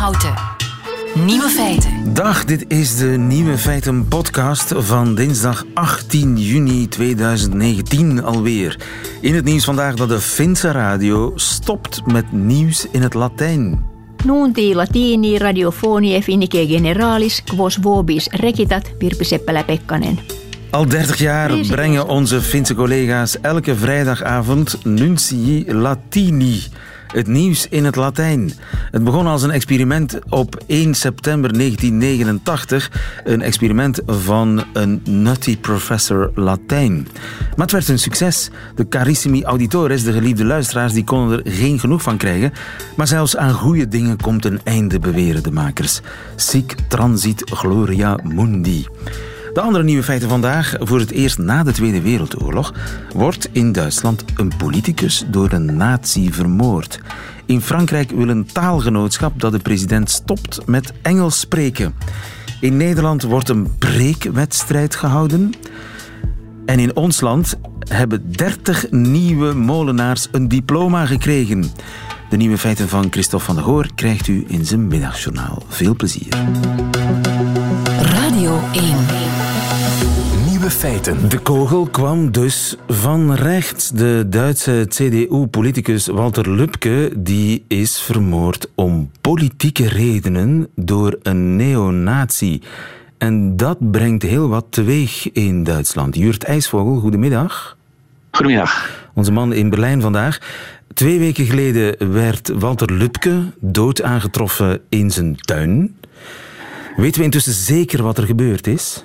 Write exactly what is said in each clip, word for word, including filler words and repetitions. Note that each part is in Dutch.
Houten. Nieuwe feiten. Dag, dit is de Nieuwe Feiten podcast van dinsdag achttien juni tweeduizend negentien alweer. In het nieuws vandaag dat de Finse radio stopt met nieuws in het Latijn. Nunti latini radiofonie finnice generalis quos vobis recitat Virpi Seppälä-Pekkanen. Al dertig jaar brengen onze Finse collega's elke vrijdagavond Nuntii Latini, het nieuws in het Latijn. Het begon als een experiment op één september negentien negenentachtig. Een experiment van een nutty professor Latijn. Maar het werd een succes. De carissimi auditores, de geliefde luisteraars, die konden er geen genoeg van krijgen. Maar zelfs aan goede dingen komt een einde, beweren de makers. Sic transit gloria mundi. De andere nieuwe feiten vandaag. Voor het eerst na de Tweede Wereldoorlog wordt in Duitsland een politicus door een nazi vermoord. In Frankrijk wil een taalgenootschap dat de president stopt met Engels spreken. In Nederland wordt een preekwedstrijd gehouden. En in ons land hebben dertig nieuwe molenaars een diploma gekregen. De nieuwe feiten van Christophe van der Goor krijgt u in zijn middagjournaal. Veel plezier. Radio één. Nieuwe feiten. De kogel kwam dus van rechts. De Duitse C D U-politicus Walter Lübcke die is vermoord om politieke redenen door een neonazi. En dat brengt heel wat teweeg in Duitsland. Jurt IJsvogel, goedemiddag. Goedemiddag. Onze man in Berlijn vandaag. Twee weken geleden werd Walter Lübcke dood aangetroffen in zijn tuin. Weten we intussen zeker wat er gebeurd is?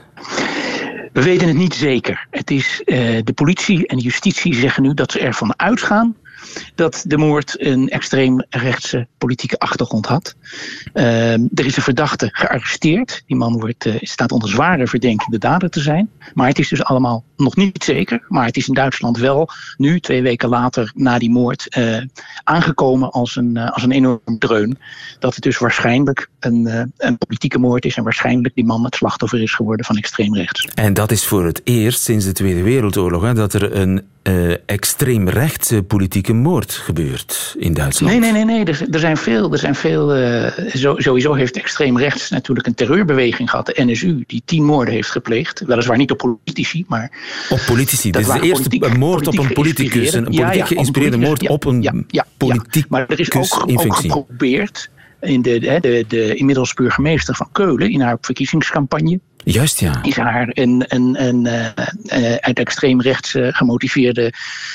We weten het niet zeker. Het is, uh, de politie en de justitie zeggen nu dat ze ervan uitgaan dat de moord een extreemrechtse politieke achtergrond had. Uh, er is een verdachte gearresteerd. Die man wordt, uh, staat onder zware verdenking de dader te zijn. Maar het is dus allemaal nog niet zeker. Maar het is in Duitsland wel nu, twee weken later na die moord, uh, aangekomen als een, uh, als een enorm dreun. Dat het dus waarschijnlijk een, uh, een politieke moord is en waarschijnlijk die man het slachtoffer is geworden van extreemrechts. En dat is voor het eerst sinds de Tweede Wereldoorlog hè, dat er een uh, extreemrechtse politieke moord gebeurt in Duitsland. Nee, nee, nee. nee. Er, er zijn veel. Er zijn veel uh, zo, sowieso heeft extreemrechts natuurlijk een terreurbeweging gehad. De N S U, die tien moorden heeft gepleegd. Weliswaar niet op politici, maar op politici. Dit is de eerste politiek, moord op een politicus. Een politiek ja, ja, geïnspireerde moord ja, op een ja, ja, politicus ja. Maar er is ook, in ook geprobeerd in de, de, de, de inmiddels burgemeester van Keulen in haar verkiezingscampagne. Juist, ja. Is haar een, een, een, een uh, uit extreem rechts uh, gemotiveerde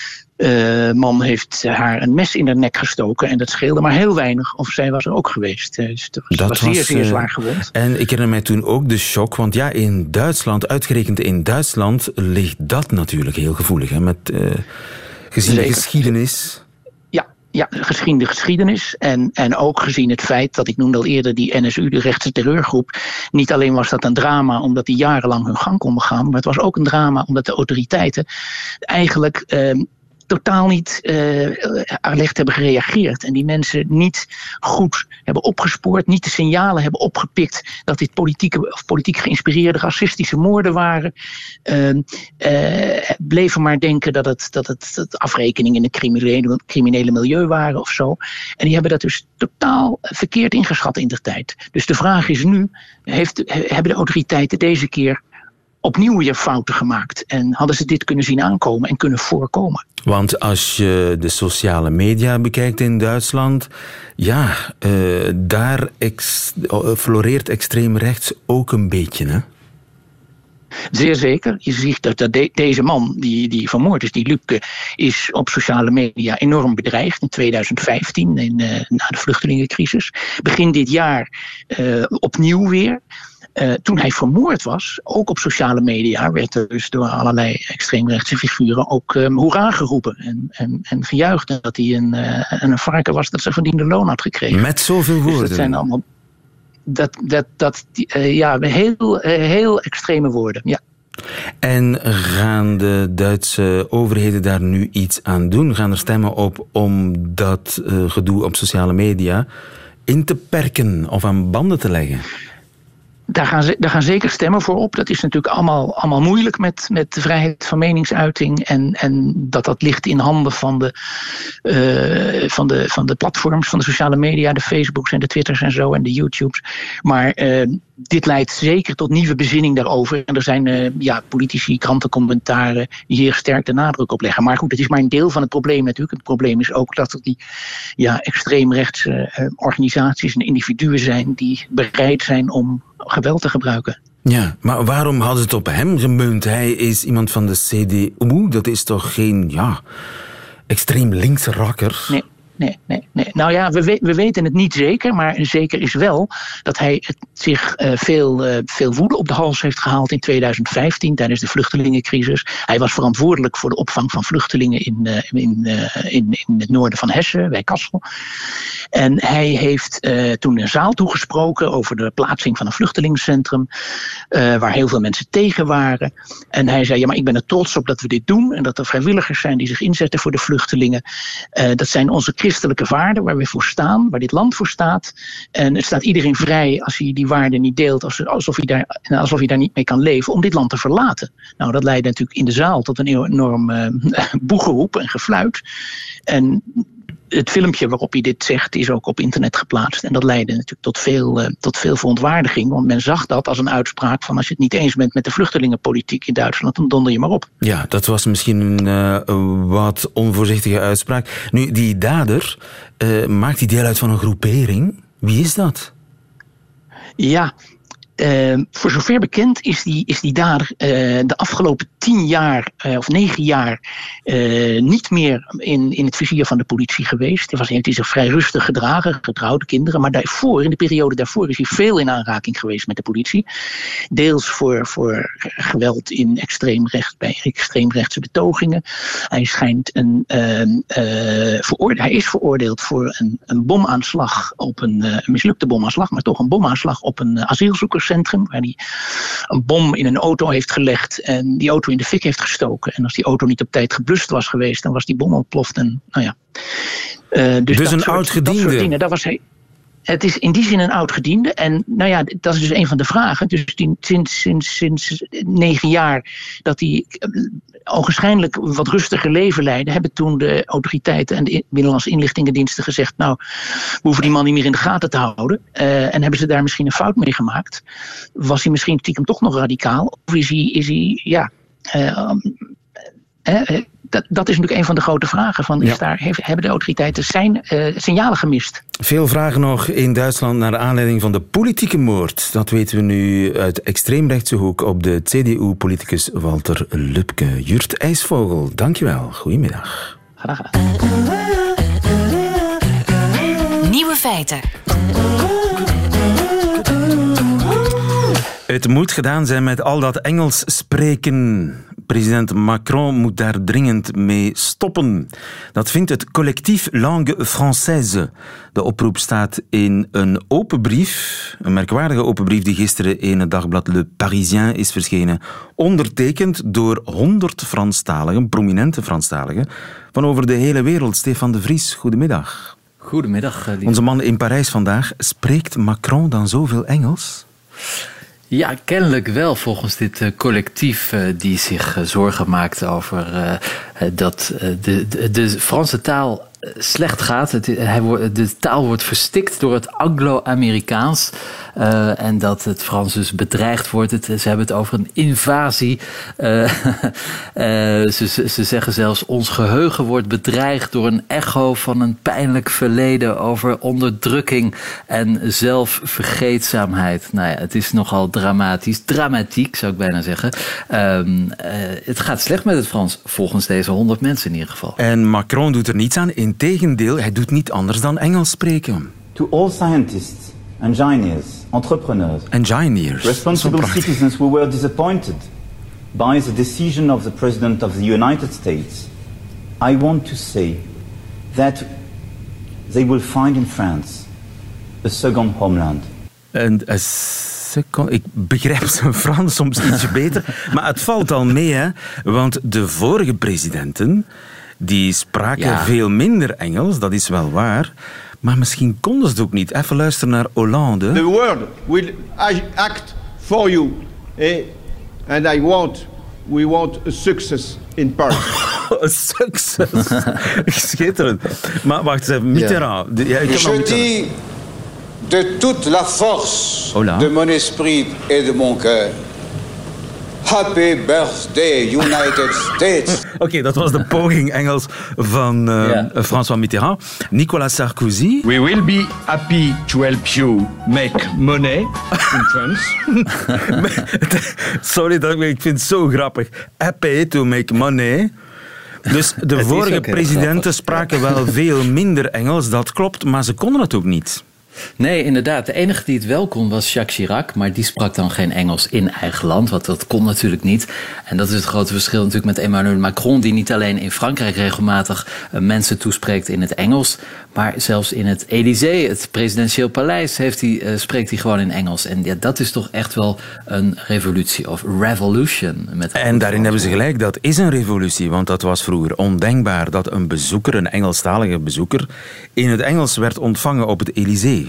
uh, man heeft haar een mes in haar nek gestoken. En dat scheelde maar heel weinig of zij was er ook geweest. Uh, dus dat was, dat was zeer, was, zeer zwaar gewond. En ik herinner mij toen ook de shock. Want ja, in Duitsland, uitgerekend in Duitsland, ligt dat natuurlijk heel gevoelig. Hè, met uh, gezien de geschiedenis. Ja, gezien de geschiedenis en, en ook gezien het feit dat ik noemde al eerder die N S U, de rechtse terreurgroep. Niet alleen was dat een drama omdat die jarenlang hun gang konden gaan, maar het was ook een drama omdat de autoriteiten eigenlijk eh, totaal niet uh, alert hebben gereageerd. En die mensen niet goed hebben opgespoord, niet de signalen hebben opgepikt dat dit politieke of politiek geïnspireerde racistische moorden waren. Uh, uh, bleven maar denken dat het, dat het, dat afrekeningen in het criminele, criminele milieu waren of zo. En die hebben dat dus totaal verkeerd ingeschat in de tijd. Dus de vraag is nu, heeft, hebben de autoriteiten deze keer opnieuw weer fouten gemaakt? En hadden ze dit kunnen zien aankomen en kunnen voorkomen? Want als je de sociale media bekijkt in Duitsland, ja, uh, daar ex- floreert extreem rechts ook een beetje, hè? Zeer zeker. Je ziet dat, dat de, deze man die, die vermoord is, die Lübcke, is op sociale media enorm bedreigd in tweeduizend vijftien, in, uh, na de vluchtelingencrisis. Begin dit jaar uh, opnieuw weer. Uh, toen hij vermoord was, ook op sociale media, werd er dus door allerlei extreemrechtse figuren ook um, hoera geroepen. En, en, en gejuicht dat hij een, uh, een varken was dat ze verdiende loon had gekregen. Met zoveel woorden. Dus dat zijn allemaal dat, dat, dat, uh, ja, heel, uh, heel extreme woorden, ja. En gaan de Duitse overheden daar nu iets aan doen? Gaan er stemmen op om dat uh, gedoe op sociale media in te perken of aan banden te leggen? Daar gaan, ze, daar gaan zeker stemmen voor op. Dat is natuurlijk allemaal, allemaal moeilijk met, met de vrijheid van meningsuiting. En, en dat dat ligt in handen van de, uh, van, de, van de platforms, van de sociale media, de Facebooks en de Twitters en zo en de YouTubes. Maar uh, dit leidt zeker tot nieuwe bezinning daarover. En er zijn uh, ja, politici, krantencommentaren die hier sterk de nadruk op leggen. Maar goed, het is maar een deel van het probleem natuurlijk. Het probleem is ook dat er die ja, extreemrechtse uh, organisaties en individuen zijn die bereid zijn om geweld te gebruiken. Ja, maar waarom hadden ze het op hem gemunt? Hij is iemand van de C D U. Dat is toch geen, ja, extreem linkse rakker? Nee. Nee, nee, nee. Nou ja, we, we, we weten het niet zeker, maar zeker is wel dat hij het zich uh, veel, uh, veel woede op de hals heeft gehaald in tweeduizend vijftien tijdens de vluchtelingencrisis. Hij was verantwoordelijk voor de opvang van vluchtelingen in, uh, in, uh, in, in het noorden van Hessen, bij Kassel. En hij heeft uh, toen een zaal toegesproken over de plaatsing van een vluchtelingencentrum, uh, waar heel veel mensen tegen waren. En hij zei, ja, maar ik ben er trots op dat we dit doen en dat er vrijwilligers zijn die zich inzetten voor de vluchtelingen. Uh, dat zijn onze christelijke waarden waar we voor staan, waar dit land voor staat. En het staat iedereen vrij als hij die waarden niet deelt, alsof hij daar, alsof hij daar niet mee kan leven, om dit land te verlaten. Nou, dat leidde natuurlijk in de zaal tot een enorm uh, boegeroep en gefluit. En het filmpje waarop hij dit zegt is ook op internet geplaatst. En dat leidde natuurlijk tot veel, uh, tot veel verontwaardiging. Want men zag dat als een uitspraak van als je het niet eens bent met de vluchtelingenpolitiek in Duitsland, dan donder je maar op. Ja, dat was misschien een uh, wat onvoorzichtige uitspraak. Nu, die dader, uh, maakt hij deel uit van een groepering? Wie is dat? Ja, Uh, voor zover bekend is die, is die dader uh, de afgelopen tien jaar uh, of negen jaar uh, niet meer in, in het vizier van de politie geweest. Hij was, heeft hij zich vrij rustig gedragen, getrouwde kinderen. Maar daarvoor, in de periode daarvoor is hij veel in aanraking geweest met de politie. Deels voor, voor geweld in extreemrecht, bij extreemrechtse betogingen. Hij schijnt een, uh, uh, veroorde- hij is veroordeeld voor een, een bomaanslag op een, uh, een mislukte bomaanslag, maar toch een bomaanslag op een uh, asielzoekers. Centrum, waar hij een bom in een auto heeft gelegd en die auto in de fik heeft gestoken. En als die auto niet op tijd geblust was geweest, dan was die bom ontploft. En, nou ja. Uh, dus dus een soort, oud-gediende. Dat soort dingen, daar was hij. Het is in die zin een oud-gediende. En nou ja, dat is dus een van de vragen. Dus die, sinds, sinds, sinds negen jaar dat hij ogenschijnlijk een wat rustiger leven leidde, hebben toen de autoriteiten en de Binnenlandse Inlichtingendiensten gezegd, nou, we hoeven die man niet meer in de gaten te houden. Uh, en hebben ze daar misschien een fout mee gemaakt? Was hij misschien stiekem toch nog radicaal? Of is hij, is hij ja... Uh, uh, Dat, dat is natuurlijk een van de grote vragen. Van, is ja. daar, heeft, hebben de autoriteiten zijn, uh, signalen gemist? Veel vragen nog in Duitsland naar aanleiding van de politieke moord. Dat weten we nu uit extreemrechtse hoek op de C D U-politicus Walter Lübke. Jurt IJsvogel, dankjewel. Goedemiddag. Graag gedaan. Nieuwe feiten. Het moet gedaan zijn met al dat Engels spreken. President Macron moet daar dringend mee stoppen. Dat vindt het collectief Langue Française. De oproep staat in een open brief, een merkwaardige open brief die gisteren in het dagblad Le Parisien is verschenen, ondertekend door honderd Franstaligen, prominente Franstaligen, van over de hele wereld. Stefan de Vries, goedemiddag. Goedemiddag. Lieve. Onze man in Parijs vandaag. Spreekt Macron dan zoveel Engels? Ja, kennelijk wel, volgens dit uh, collectief uh, die zich uh, zorgen maakt over uh, uh, dat uh, de, de, de Franse taal uh, slecht gaat. Het, hij wordt, de taal wordt verstikt door het Anglo-Amerikaans uh, en dat het Frans dus bedreigd wordt. Het, ze hebben het over een invasie. Uh, uh, ze, ze zeggen zelfs, ons geheugen wordt bedreigd door een echo van een pijnlijk verleden over onderdrukking en zelfvergeetzaamheid. Nou ja, het is nogal dramatisch. Dramatiek, zou ik bijna zeggen. Um, uh, het gaat slecht met het Frans, volgens deze honderd mensen in ieder geval. En Macron doet er niets aan. Integendeel, hij doet niet anders dan Engels spreken. To all scientists, engineers, entrepreneurs, engineers. responsible citizens who were disappointed by the decision of the President of the United States, I want to say that they will find in France a second homeland. En een second, ik begrijp zijn Frans soms ietsje beter, maar het valt al mee, hè? Want de vorige presidenten die spraken ja. veel minder Engels, dat is wel waar. Maar misschien konden ze het ook niet. Even luisteren naar Hollande. The world will act for you. Eh? And I want, we want a success in Paris. Succes. Schitterend. Maar wacht eens even, Mitterrand. Ja. Ja, ik Je Mitterrand. dis de toute la force Hola. de mon esprit et de mon cœur. Happy birthday, United States. Oké, okay, dat was de poging Engels van uh, yeah. François Mitterrand. Nicolas Sarkozy. We will be happy to help you make money in France. Sorry, dat, ik vind het zo grappig. Happy to make money. Dus de vorige presidenten spraken wel veel minder Engels, dat klopt, maar ze konden het ook niet. Nee, inderdaad. De enige die het wel kon was Jacques Chirac. Maar die sprak dan geen Engels in eigen land. Want dat kon natuurlijk niet. En dat is het grote verschil natuurlijk met Emmanuel Macron. Die niet alleen in Frankrijk regelmatig uh, mensen toespreekt in het Engels. Maar zelfs in het Élysée, het presidentieel paleis, heeft hij, uh, spreekt hij gewoon in Engels. En ja, dat is toch echt wel een revolutie. Of revolution. Met en daarin hebben ze gelijk. Dat is een revolutie. Want dat was vroeger ondenkbaar. Dat een bezoeker, een Engelstalige bezoeker, in het Engels werd ontvangen op het Élysée.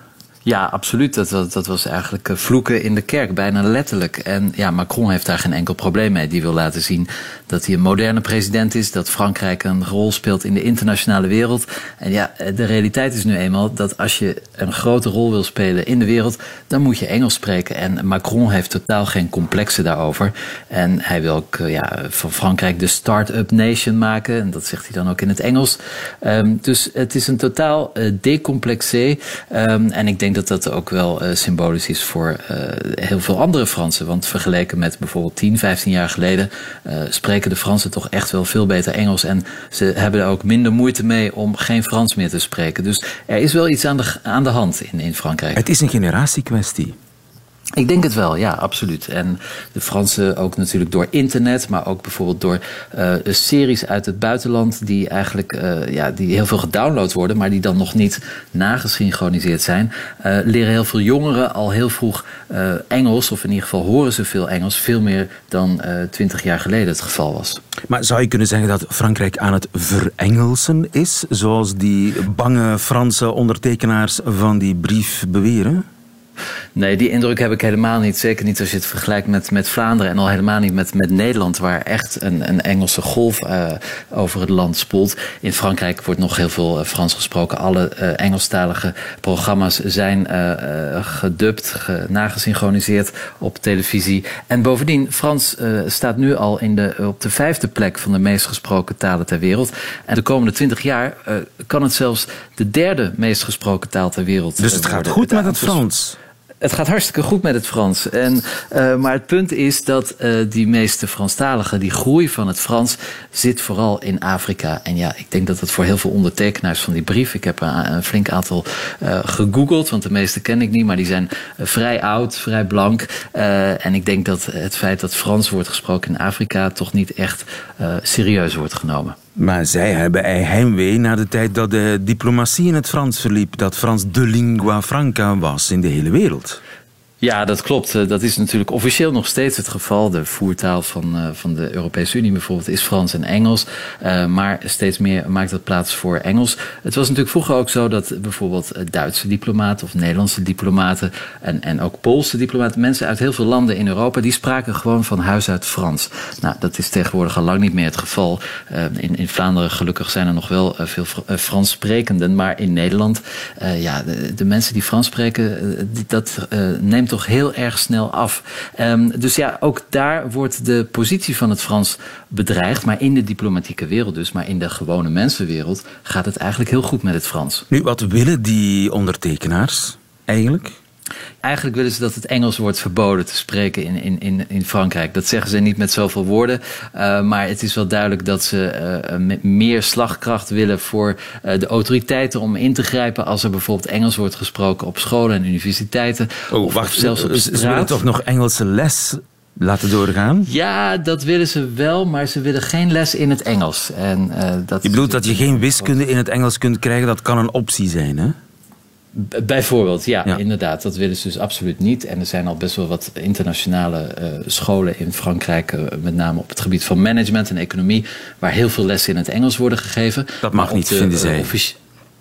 Ja, absoluut. Dat, dat, dat was eigenlijk vloeken in de kerk, bijna letterlijk. En ja, Macron heeft daar geen enkel probleem mee. Die wil laten zien dat hij een moderne president is, dat Frankrijk een rol speelt in de internationale wereld. En ja, de realiteit is nu eenmaal dat als je een grote rol wil spelen in de wereld, dan moet je Engels spreken. En Macron heeft totaal geen complexen daarover. En hij wil ook ja, van Frankrijk de start-up nation maken. En dat zegt hij dan ook in het Engels. Um, dus het is een totaal uh, décomplexé. Um, en ik denk dat dat ook wel uh, symbolisch is voor uh, heel veel andere Fransen. Want vergeleken met bijvoorbeeld tien, vijftien jaar geleden uh, spreken de Fransen toch echt wel veel beter Engels. En ze hebben er ook minder moeite mee om geen Frans meer te spreken. Dus er is wel iets aan de, aan de hand in, in Frankrijk. Het is een generatiekwestie. Ik denk het wel, ja, absoluut. En de Fransen ook natuurlijk door internet, maar ook bijvoorbeeld door uh, series uit het buitenland die eigenlijk uh, ja, die heel veel gedownload worden, maar die dan nog niet nagesynchroniseerd zijn. Uh, leren heel veel jongeren al heel vroeg uh, Engels, of in ieder geval horen ze veel Engels, veel meer dan twintig uh, jaar geleden het geval was. Maar zou je kunnen zeggen dat Frankrijk aan het verengelsen is, zoals die bange Franse ondertekenaars van die brief beweren? Nee, die indruk heb ik helemaal niet. Zeker niet als je het vergelijkt met, met Vlaanderen en al helemaal niet met, met Nederland, waar echt een, een Engelse golf uh, over het land spoelt. In Frankrijk wordt nog heel veel uh, Frans gesproken. Alle uh, Engelstalige programma's zijn uh, uh, gedubt, ge, nagesynchroniseerd op televisie. En bovendien, Frans uh, staat nu al in de, op de vijfde plek van de meest gesproken talen ter wereld. En de komende twintig jaar uh, kan het zelfs de derde meest gesproken taal ter wereld Dus het uh, gaat worden. goed met het Frans? Het gaat hartstikke goed met het Frans. En, uh, maar het punt is dat uh, die meeste Franstaligen, die groei van het Frans, zit vooral in Afrika. En ja, ik denk dat het voor heel veel ondertekenaars van die brief, ik heb een, een flink aantal uh, gegoogeld, want de meeste ken ik niet, maar die zijn uh, vrij oud, vrij blank. Uh, en ik denk dat het feit dat Frans wordt gesproken in Afrika toch niet echt uh, serieus wordt genomen. Maar zij hebben heimwee naar de tijd dat de diplomatie in het Frans verliep. Dat Frans de lingua franca was in de hele wereld. Ja, dat klopt. Dat is natuurlijk officieel nog steeds het geval. De voertaal van, uh, van de Europese Unie bijvoorbeeld is Frans en Engels. Uh, maar steeds meer maakt dat plaats voor Engels. Het was natuurlijk vroeger ook zo dat bijvoorbeeld Duitse diplomaten of Nederlandse diplomaten en, en ook Poolse diplomaten, mensen uit heel veel landen in Europa, die spraken gewoon van huis uit Frans. Nou, dat is tegenwoordig al lang niet meer het geval. Uh, in, in Vlaanderen gelukkig zijn er nog wel uh, veel uh, Frans sprekenden. Maar in Nederland, uh, ja, de, de mensen die Frans spreken, uh, die, dat uh, neemt toch heel erg snel af. Um, dus ja, ook daar wordt de positie van het Frans bedreigd. Maar in de diplomatieke wereld dus, maar in de gewone mensenwereld gaat het eigenlijk heel goed met het Frans. Nu, wat willen die ondertekenaars eigenlijk? Eigenlijk willen ze dat het Engels wordt verboden te spreken in, in, in, in Frankrijk. Dat zeggen ze niet met zoveel woorden. Uh, maar het is wel duidelijk dat ze uh, met meer slagkracht willen voor uh, de autoriteiten om in te grijpen als er bijvoorbeeld Engels wordt gesproken op scholen en universiteiten. Oh, of, wacht, of zelfs op straat. Ze willen toch nog Engelse les laten doorgaan? Ja, dat willen ze wel, maar ze willen geen les in het Engels. En, uh, dat je bedoelt dat je geen wiskunde in het Engels kunt krijgen? Dat kan een optie zijn, hè? Bijvoorbeeld, ja, ja, inderdaad. Dat willen ze dus absoluut niet. En er zijn al best wel wat internationale uh, scholen in Frankrijk, uh, met name op het gebied van management en economie, waar heel veel lessen in het Engels worden gegeven. Dat mag niet, de, vinden zij. Uh, offici-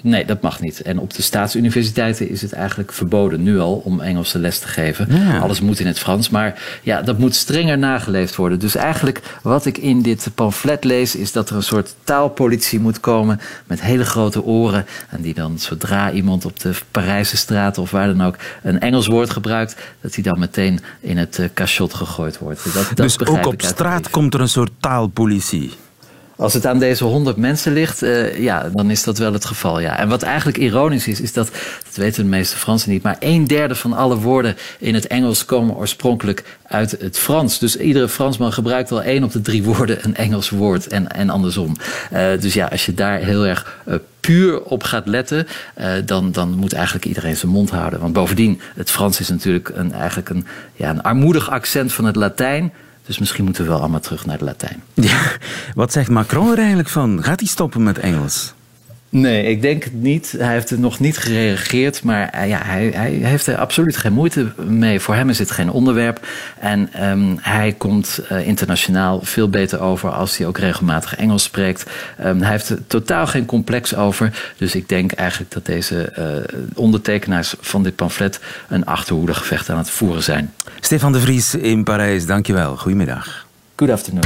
nee, dat mag niet. En op de staatsuniversiteiten is het eigenlijk verboden nu al om Engelse les te geven. Ja. Alles moet in het Frans, maar ja, dat moet strenger nageleefd worden. Dus eigenlijk wat ik in dit pamflet lees is dat er een soort taalpolitie moet komen met hele grote oren en die dan zodra iemand op de Parijse straat of waar dan ook een Engels woord gebruikt, dat hij dan meteen in het uh, cachot gegooid wordt. Dat, dat dus ook op straat komt er een soort taalpolitie? Als het aan deze honderd mensen ligt, uh, ja, dan is dat wel het geval, ja. En wat eigenlijk ironisch is, is dat, dat weten de meeste Fransen niet, maar een derde van alle woorden in het Engels komen oorspronkelijk uit het Frans. Dus iedere Fransman gebruikt wel één op de drie woorden een Engels woord en, en andersom. Uh, dus ja, als je daar heel erg uh, puur op gaat letten, uh, dan, dan moet eigenlijk iedereen zijn mond houden. Want bovendien, het Frans is natuurlijk een, eigenlijk een, ja, een armoedig accent van het Latijn. Dus misschien moeten we wel allemaal terug naar de Latijn. Ja, wat zegt Macron er eigenlijk van? Gaat hij stoppen met Engels? Nee, ik denk het niet. Hij heeft er nog niet gereageerd. Maar uh, ja, hij, hij heeft er absoluut geen moeite mee. Voor hem is het geen onderwerp. En um, hij komt uh, internationaal veel beter over als hij ook regelmatig Engels spreekt. Um, hij heeft er totaal geen complex over. Dus ik denk eigenlijk dat deze uh, ondertekenaars van dit pamflet een achterhoedegevecht aan het voeren zijn. Stefan de Vries in Parijs, dankjewel. Goedemiddag. Good afternoon.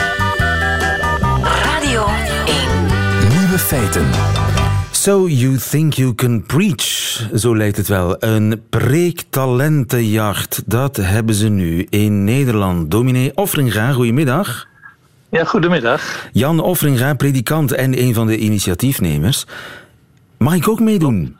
Radio één. Nieuwe feiten. So you think you can preach, zo lijkt het wel. Een preektalentenjacht, dat hebben ze nu in Nederland. Dominee Offringa, goedemiddag. Ja, goedemiddag. Jan Offringa, predikant en een van de initiatiefnemers. Mag ik ook meedoen?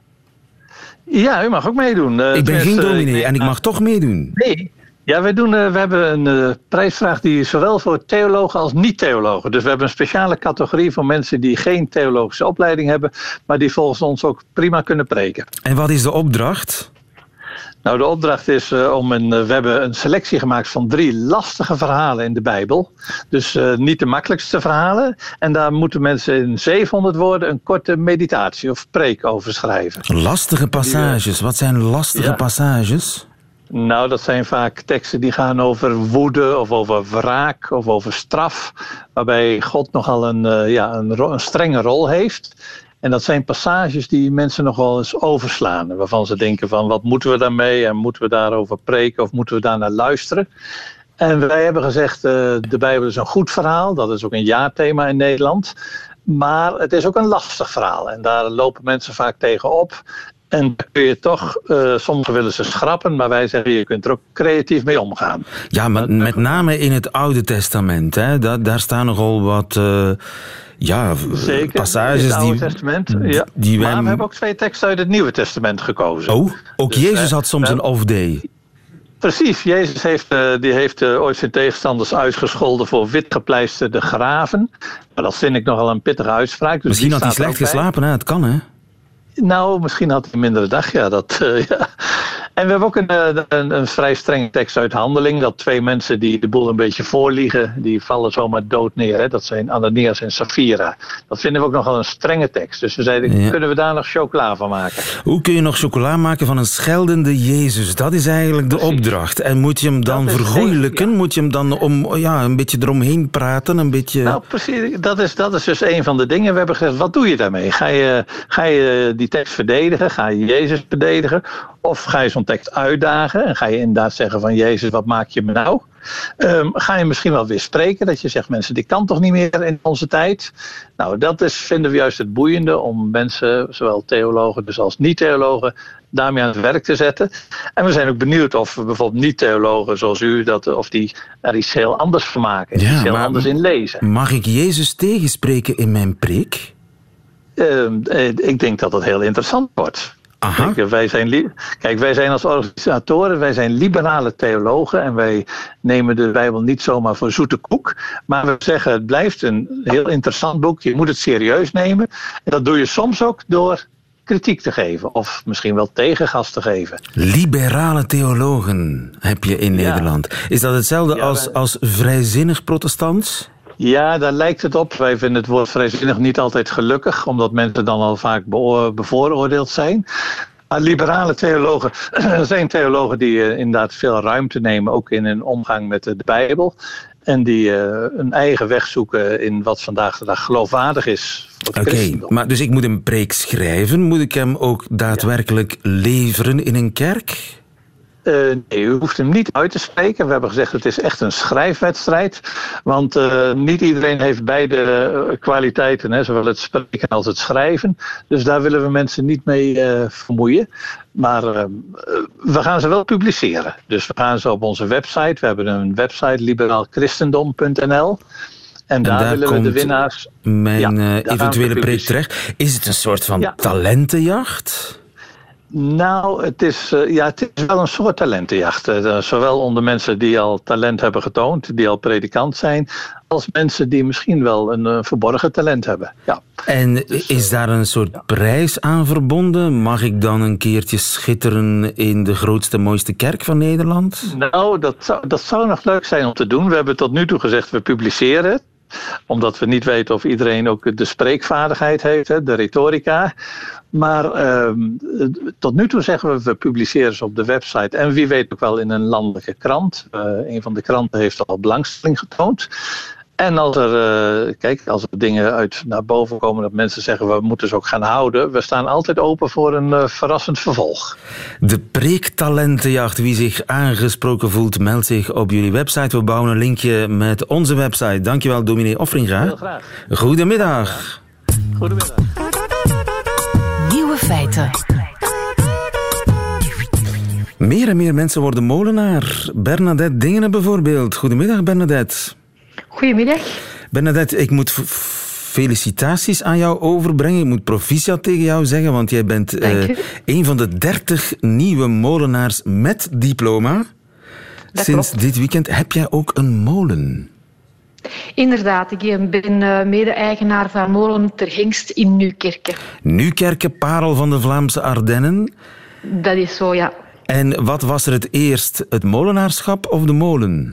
Ja, u mag ook meedoen. Uh, ik ben geen dominee uh, en ik mag toch meedoen. Nee. Ja, wij doen, uh, we hebben een uh, prijsvraag die is zowel voor theologen als niet-theologen. Dus we hebben een speciale categorie van mensen die geen theologische opleiding hebben, maar die volgens ons ook prima kunnen preken. En wat is de opdracht? Nou, de opdracht is uh, om een... Uh, we hebben een selectie gemaakt van drie lastige verhalen in de Bijbel. Dus uh, niet de makkelijkste verhalen. En daar moeten mensen in zevenhonderd woorden een korte meditatie of preek over schrijven. Lastige passages. Wat zijn lastige ja. passages? Nou, dat zijn vaak teksten die gaan over woede of over wraak of over straf. Waarbij God nogal een, uh, ja, een, ro- een strenge rol heeft. En dat zijn passages die mensen nog wel eens overslaan. Waarvan ze denken van wat moeten we daarmee en moeten we daarover preken of moeten we daar naar luisteren. En wij hebben gezegd uh, de Bijbel is een goed verhaal. Dat is ook een jaarthema in Nederland. Maar het is ook een lastig verhaal. En daar lopen mensen vaak tegen op. En daar kun je toch, uh, sommigen willen ze schrappen, maar wij zeggen je kunt er ook creatief mee omgaan. Ja, maar met name in het Oude Testament, hè, daar, daar staan nogal wat uh, ja, Zeker, passages in het Oude die, Testament, ja. die wij... Maar we hebben ook twee teksten uit het Nieuwe Testament gekozen. Oh, ook dus, Jezus uh, had soms uh, een off-day. Precies, Jezus heeft, uh, die heeft uh, ooit zijn tegenstanders uitgescholden voor witgepleisterde graven. Maar dat vind ik nogal een pittige uitspraak. Dus Misschien had hij slecht geslapen, hè? Het kan, hè? Nou, misschien had hij een mindere dag, ja. Dat, uh, ja. En we hebben ook een, een, een vrij strenge tekst uit Handeling. Dat twee mensen die de boel een beetje voorliegen, die vallen zomaar dood neer. Hè. Dat zijn Ananias en Sapphira. Dat vinden we ook nogal een strenge tekst. Dus we zeiden, ja. kunnen we daar nog chocola van maken? Hoe kun je nog chocola maken van een scheldende Jezus? Dat is eigenlijk de Precies. opdracht. En moet je hem dan vergoeilijken? Ja. Moet je hem dan om, ja, een beetje eromheen praten? Een beetje... Nou, precies. Dat is, dat is dus een van de dingen. We hebben gezegd, wat doe je daarmee? Ga je, ga je die tekst verdedigen? Ga je Jezus verdedigen? Of ga je zo'n tekst uitdagen en ga je inderdaad zeggen van Jezus, wat maak je me nou? Um, ga je misschien wel weer spreken, dat je zegt mensen, dit kan toch niet meer in onze tijd? Nou, dat is, vinden we juist het boeiende om mensen, zowel theologen dus als niet-theologen, daarmee aan het werk te zetten. En we zijn ook benieuwd of bijvoorbeeld niet-theologen zoals u, dat, of die er iets heel anders van maken, ja, iets heel anders in lezen. Mag ik Jezus tegenspreken in mijn preek? Um, ik denk dat het heel interessant wordt. Kijk wij, zijn li- Kijk, wij zijn als organisatoren, wij zijn liberale theologen en wij nemen de Bijbel niet zomaar voor zoete koek. Maar we zeggen, het blijft een heel interessant boek, je moet het serieus nemen. En dat doe je soms ook door kritiek te geven of misschien wel tegengas te geven. Liberale theologen heb je in ja. Nederland. Is dat hetzelfde ja, als, wij... als vrijzinnig protestants? Ja, daar lijkt het op. Wij vinden het woord vrijzinnig niet altijd gelukkig, omdat mensen dan al vaak be- bevooroordeeld zijn. Maar liberale theologen zijn theologen die uh, inderdaad veel ruimte nemen, ook in hun omgang met de, de Bijbel. En die uh, een eigen weg zoeken in wat vandaag de dag geloofwaardig is. Oké, okay, maar dus ik moet een preek schrijven. Moet ik hem ook daadwerkelijk ja. leveren in een kerk? Uh, nee, u hoeft hem niet uit te spreken. We hebben gezegd het is echt een schrijfwedstrijd. Want uh, niet iedereen heeft beide uh, kwaliteiten, hè, zowel het spreken als het schrijven. Dus daar willen we mensen niet mee uh, vermoeien. Maar uh, we gaan ze wel publiceren. Dus we gaan ze op onze website. We hebben een website, liberaal christendom punt n l. En, en daar, daar willen we de winnaars... mijn ja, uh, eventuele preek terecht. Is het een soort van ja. talentenjacht? Nou, het is, uh, ja, het is wel een soort talentenjacht. Uh, zowel onder mensen die al talent hebben getoond, die al predikant zijn, als mensen die misschien wel een uh, verborgen talent hebben. Ja. En dus, uh, is daar een soort ja. prijs aan verbonden? Mag ik dan een keertje schitteren in de grootste, mooiste kerk van Nederland? Nou, dat zou, dat zou nog leuk zijn om te doen. We hebben tot nu toe gezegd, we publiceren het. Omdat we niet weten of iedereen ook de spreekvaardigheid heeft, hè, de retorica. Maar uh, tot nu toe zeggen we, we publiceren ze op de website. En wie weet ook wel in een landelijke krant. Uh, een van de kranten heeft al belangstelling getoond. En als er, uh, kijk, als er dingen uit naar boven komen dat mensen zeggen, we moeten ze ook gaan houden. We staan altijd open voor een uh, verrassend vervolg. De preektalentenjacht. Wie zich aangesproken voelt, meldt zich op jullie website. We bouwen een linkje met onze website. Dankjewel, dominee Offringa. Heel graag. Goedemiddag. Goedemiddag. Nieuwe feiten. Meer en meer mensen worden molenaar. Bernadette Dingenen bijvoorbeeld. Goedemiddag, Bernadette. Goedemiddag. Bernadette, ik moet f- felicitaties aan jou overbrengen. Ik moet proficiat tegen jou zeggen, want jij bent uh, een van de dertig nieuwe molenaars met diploma. Dat Sinds klopt. dit weekend heb jij ook een molen. Inderdaad, ik ben uh, mede-eigenaar van Molen Ter Hingst in Nieuwkerke. Nieuwkerke, parel van de Vlaamse Ardennen. Dat is zo, ja. En wat was er het eerst, het molenaarschap of de molen?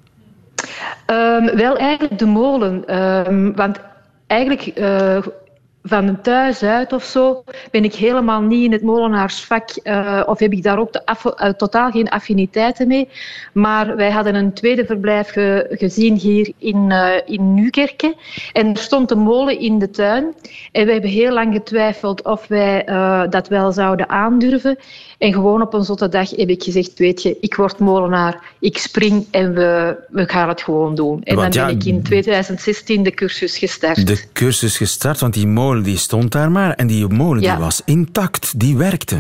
Um, wel eigenlijk de molen. Um, want eigenlijk uh, van thuis uit of zo ben ik helemaal niet in het molenaarsvak. Uh, of heb ik daar ook de aff- uh, totaal geen affiniteiten mee. Maar wij hadden een tweede verblijf ge- gezien hier in, uh, in Nieuwkerke. En er stond een molen in de tuin. En we hebben heel lang getwijfeld of wij uh, dat wel zouden aandurven. En gewoon op een zotte dag heb ik gezegd, weet je, ik word molenaar, ik spring en we, we gaan het gewoon doen. En want dan ben ja, ik in twintig zestien de cursus gestart. De cursus gestart, want die molen die stond daar maar. En die molen ja. die was intact, die werkte.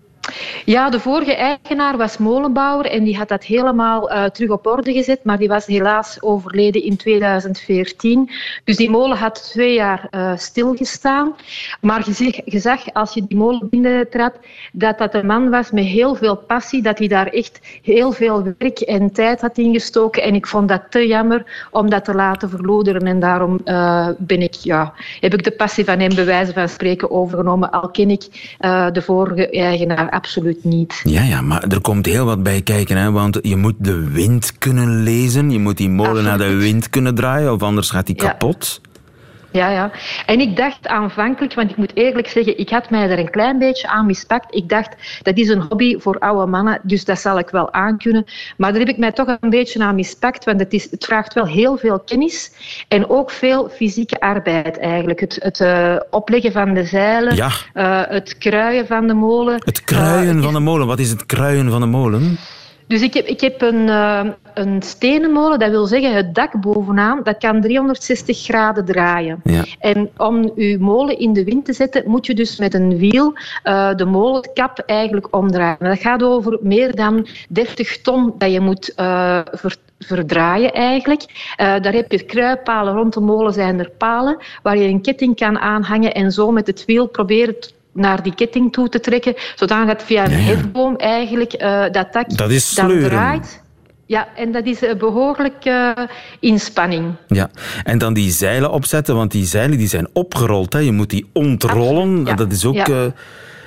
Ja, de vorige eigenaar was molenbouwer en die had dat helemaal uh, terug op orde gezet, maar die was helaas overleden in twintig veertien. Dus die molen had twee jaar uh, stilgestaan. Maar je zag, je zag als je die molen binnentrad dat dat een man was met heel veel passie, dat hij daar echt heel veel werk en tijd had ingestoken. En ik vond dat te jammer om dat te laten verloderen. En daarom uh, ben ik, ja, heb ik de passie van hem bij wijze van spreken overgenomen. Al ken ik uh, de vorige eigenaar absoluut niet. Ja, ja, maar er komt heel wat bij kijken, hè? Want je moet de wind kunnen lezen, je moet die molen absoluut naar de wind kunnen draaien, of anders gaat die ja. kapot. Ja, ja. En ik dacht aanvankelijk, want ik moet eerlijk zeggen, ik had mij er een klein beetje aan mispakt. Ik dacht, dat is een hobby voor oude mannen, dus dat zal ik wel aankunnen. Maar daar heb ik mij toch een beetje aan mispakt, want het, is, het vraagt wel heel veel kennis en ook veel fysieke arbeid eigenlijk. Het, het uh, opleggen van de zeilen, ja. uh, het kruien van de molen. Het kruien uh, het is... van de molen, wat is het kruien van de molen? Dus ik heb, ik heb een, uh, een stenen molen, dat wil zeggen het dak bovenaan, dat kan driehonderdzestig graden draaien. Ja. En om uw molen in de wind te zetten, moet je dus met een wiel uh, de molenkap eigenlijk omdraaien. Dat gaat over meer dan dertig ton dat je moet uh, ver, verdraaien eigenlijk. Uh, daar heb je kruipalen, rond de molen zijn er palen, waar je een ketting kan aanhangen en zo met het wiel proberen te naar die ketting toe te trekken, zodat het via een ja, ja. hefboom eigenlijk uh, dat dak dat is dan draait. Ja, en dat is een behoorlijke uh, inspanning. Ja, en dan die zeilen opzetten, want die zeilen die zijn opgerold. Hè. Je moet die ontrollen. Ja. Dat is ook... Ja. Uh,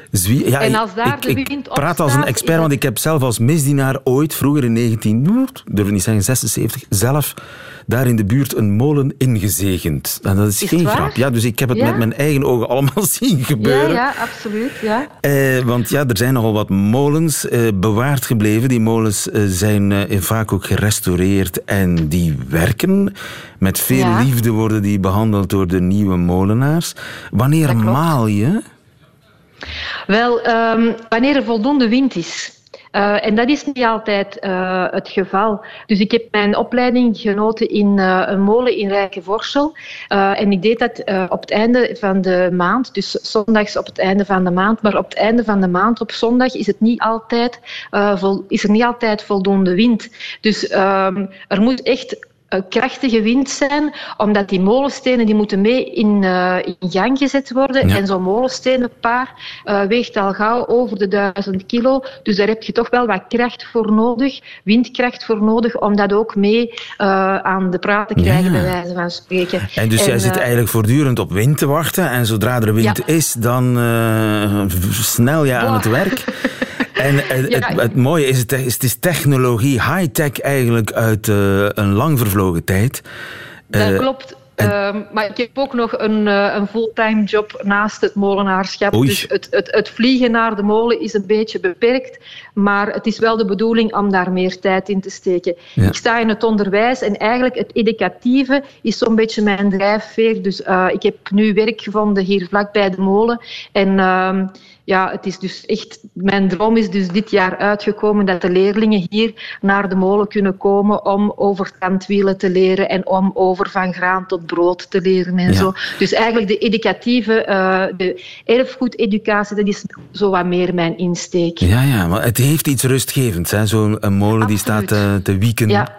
Zwie- ja, en als daar ik, de ik, wind ik praat als een opstaat, expert, want ik heb zelf als misdienaar ooit, vroeger in negentien, durf niet zeggen, zesenzeventig, zelf daar in de buurt een molen ingezegend. En dat is, Is geen het waar? grap. Ja, dus ik heb het Ja? met mijn eigen ogen allemaal zien gebeuren. Ja, ja, absoluut. Ja. Eh, want ja, er zijn nogal wat molens eh, bewaard gebleven. Die molens eh, zijn eh, vaak ook gerestaureerd en die werken. Met veel Ja. liefde worden die behandeld door de nieuwe molenaars. Wanneer maal je? Wel, um, wanneer er voldoende wind is. Uh, en dat is niet altijd uh, het geval. Dus ik heb mijn opleiding genoten in uh, een molen in Rijkenvorsel. Uh, en ik deed dat uh, op het einde van de maand. Dus zondags op het einde van de maand. Maar op het einde van de maand, op zondag, is, het niet altijd, uh, vol, is er niet altijd voldoende wind. Dus um, er moet echt een krachtige wind zijn, omdat die molenstenen die moeten mee in, uh, in gang gezet worden. Ja. En zo'n molenstenenpaar uh, weegt al gauw over de duizend kilo. Dus daar heb je toch wel wat kracht voor nodig, windkracht voor nodig, om dat ook mee uh, aan de praat te krijgen, Ja. bij wijze van spreken. En dus jij en, zit uh, eigenlijk voortdurend op wind te wachten. En zodra er wind Ja. is, dan uh, snel je aan het werk. En het, Ja. het, het mooie is, het, het is technologie, high-tech eigenlijk uit uh, een lang vervlogen tijd. Dat Uh, klopt. Um, maar ik heb ook nog een, uh, een fulltime job naast het molenaarschap. Oei. Dus het, het, het vliegen naar de molen is een beetje beperkt. Maar het is wel de bedoeling om daar meer tijd in te steken. Ja. Ik sta in het onderwijs en eigenlijk het educatieve is zo'n beetje mijn drijfveer. Dus uh, ik heb nu werk gevonden hier vlak bij de molen. En uh, ja, het is dus echt... Mijn droom is dus dit jaar uitgekomen dat de leerlingen hier naar de molen kunnen komen om over tandwielen te leren en om over van graan tot brood te leren en Ja. zo. Dus eigenlijk de educatieve, uh, de erfgoededucatie, dat is zo wat meer mijn insteek. Ja, ja, maar het heeft iets rustgevends, hè? Zo'n een molen die staat te, te wieken. Ja.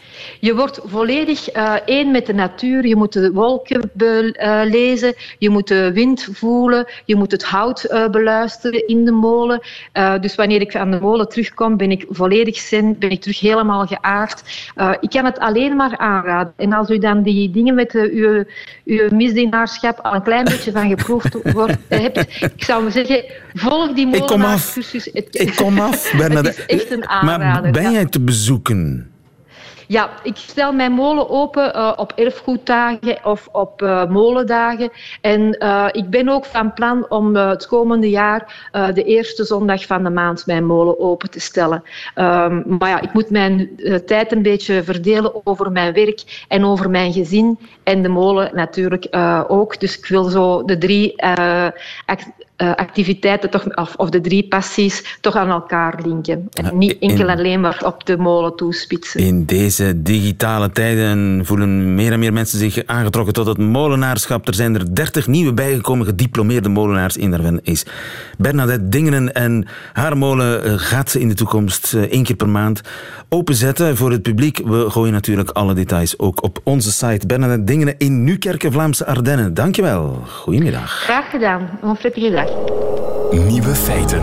Je wordt volledig uh, één met de natuur. Je moet de wolken be, uh, lezen, je moet de wind voelen, je moet het hout uh, beluisteren in de molen. Uh, dus wanneer ik aan de molen terugkom, ben ik volledig zen, ben ik terug helemaal geaard. Uh, ik kan het alleen maar aanraden. En als u dan die dingen met uh, uw, uw misdienaarschap al een klein beetje van geproefd wordt, hebt, ik zou zeggen, volg die Ik kom af. molenaarscursus. Het, Ik kom af, Bernadette. Het is echt een aanrader. Maar ben ja. jij te bezoeken? Ja, ik stel mijn molen open uh, op erfgoeddagen of op uh, molendagen. En uh, ik ben ook van plan om uh, het komende jaar uh, de eerste zondag van de maand mijn molen open te stellen. Um, maar ja, ik moet mijn uh, tijd een beetje verdelen over mijn werk en over mijn gezin. En de molen natuurlijk uh, ook. Dus ik wil zo de drie uh, act- uh, activiteiten, toch, of, of de drie passies, toch aan elkaar linken. En niet enkel In- alleen maar op de molen toespitsen. In deze digitale tijden voelen meer en meer mensen zich aangetrokken tot het molenaarschap. Er zijn er dertig nieuwe bijgekomen gediplomeerde molenaars in daarvan is Bernadette Dingenen. En haar molen eh, gaat ze in de toekomst eh, één keer per maand openzetten voor het publiek. We gooien natuurlijk alle details ook op onze site. Bernadette Dingenen in Nukerke, Vlaamse Ardennen. Dankjewel. Goedemiddag. Graag gedaan. Een prettige dag. Nieuwe feiten.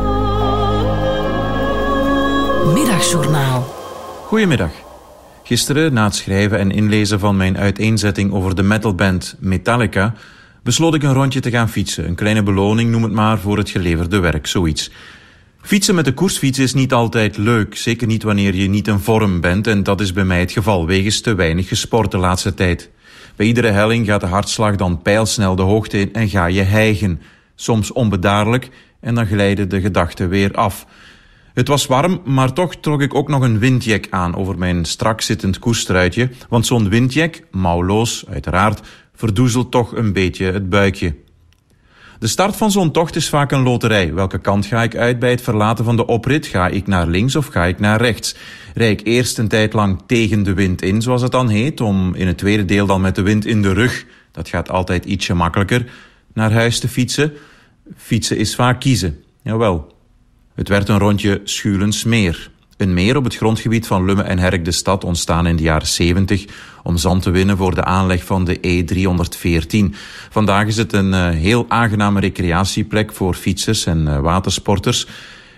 Middagjournaal. Goedemiddag. Gisteren, na het schrijven en inlezen van mijn uiteenzetting over de metalband Metallica, besloot ik een rondje te gaan fietsen. Een kleine beloning, noem het maar, voor het geleverde werk, zoiets. Fietsen met de koersfiets is niet altijd leuk, zeker niet wanneer je niet in vorm bent, en dat is bij mij het geval, wegens te weinig gesport de laatste tijd. Bij iedere helling gaat de hartslag dan pijlsnel de hoogte in en ga je hijgen. Soms onbedaarlijk, en dan glijden de gedachten weer af. Het was warm, maar toch trok ik ook nog een windjack aan over mijn strak zittend koerstruitje, want zo'n windjack, mouwloos uiteraard, verdoezelt toch een beetje het buikje. De start van zo'n tocht is vaak een loterij. Welke kant ga ik uit bij het verlaten van de oprit? Ga ik naar links of ga ik naar rechts? Rijd ik eerst een tijd lang tegen de wind in, zoals het dan heet, om in het tweede deel dan met de wind in de rug, dat gaat altijd ietsje makkelijker, naar huis te fietsen? Fietsen is vaak kiezen. Jawel. Het werd een rondje Schulensmeer. Een meer op het grondgebied van Lumme en Herk de Stad, ontstaan in de jaren zeventig om zand te winnen voor de aanleg van de E driehonderdveertien. Vandaag is het een uh, heel aangename recreatieplek voor fietsers en uh, watersporters.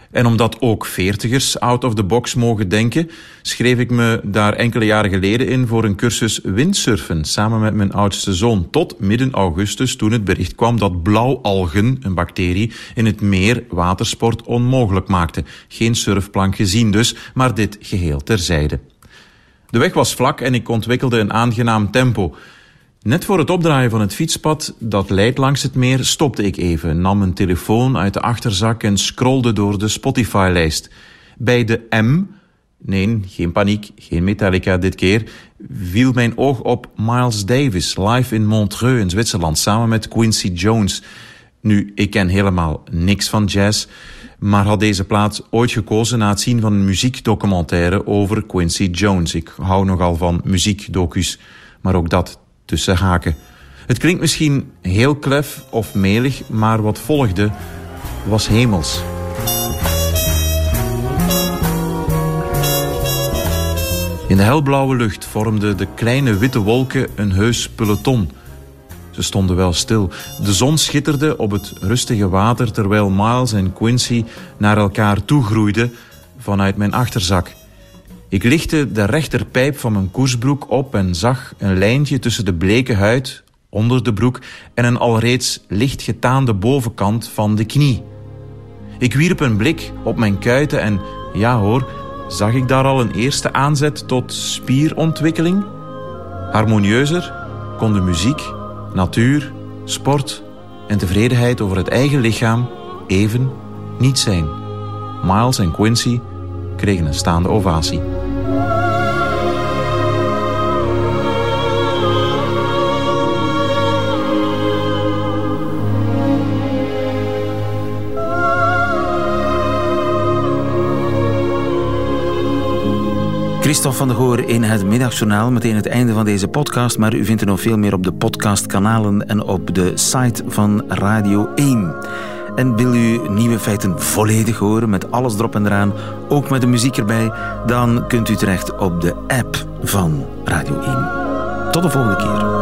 En omdat ook veertigers out of the box mogen denken, schreef ik me daar enkele jaren geleden in voor een cursus windsurfen samen met mijn oudste zoon. Tot midden augustus, toen het bericht kwam dat blauwalgen, een bacterie, in het meer watersport onmogelijk maakte. Geen surfplank gezien dus, maar dit geheel terzijde. De weg was vlak en ik ontwikkelde een aangenaam tempo. Net voor het opdraaien van het fietspad dat leidt langs het meer stopte ik even, nam mijn telefoon uit de achterzak en scrolde door de Spotify-lijst. Bij de M, nee, geen paniek, geen Metallica dit keer, viel mijn oog op Miles Davis, live in Montreux in Zwitserland, samen met Quincy Jones. Nu, ik ken helemaal niks van jazz, maar had deze plaat ooit gekozen na het zien van een muziekdocumentaire over Quincy Jones. Ik hou nogal van muziekdocus, maar ook dat tussen haken. Het klinkt misschien heel klef of melig, maar wat volgde was hemels. In de helblauwe lucht vormden de kleine witte wolken een heus peloton. Ze stonden wel stil. De zon schitterde op het rustige water terwijl Miles en Quincy naar elkaar toegroeiden vanuit mijn achterzak. Ik lichtte de rechterpijp van mijn koersbroek op en zag een lijntje tussen de bleke huid onder de broek en een alreeds licht getaande bovenkant van de knie. Ik wierp een blik op mijn kuiten en, ja hoor, zag ik daar al een eerste aanzet tot spierontwikkeling? Harmonieuzer konden muziek, natuur, sport en tevredenheid over het eigen lichaam even niet zijn. Miles en Quincy kregen een staande ovatie. Christophe van der Goor in het Middagjournaal. Meteen het einde van deze podcast, maar u vindt er nog veel meer op de podcastkanalen en op de site van Radio één. En wil u Nieuwe Feiten volledig horen, met alles erop en eraan, ook met de muziek erbij, dan kunt u terecht op de app van Radio één. Tot de volgende keer.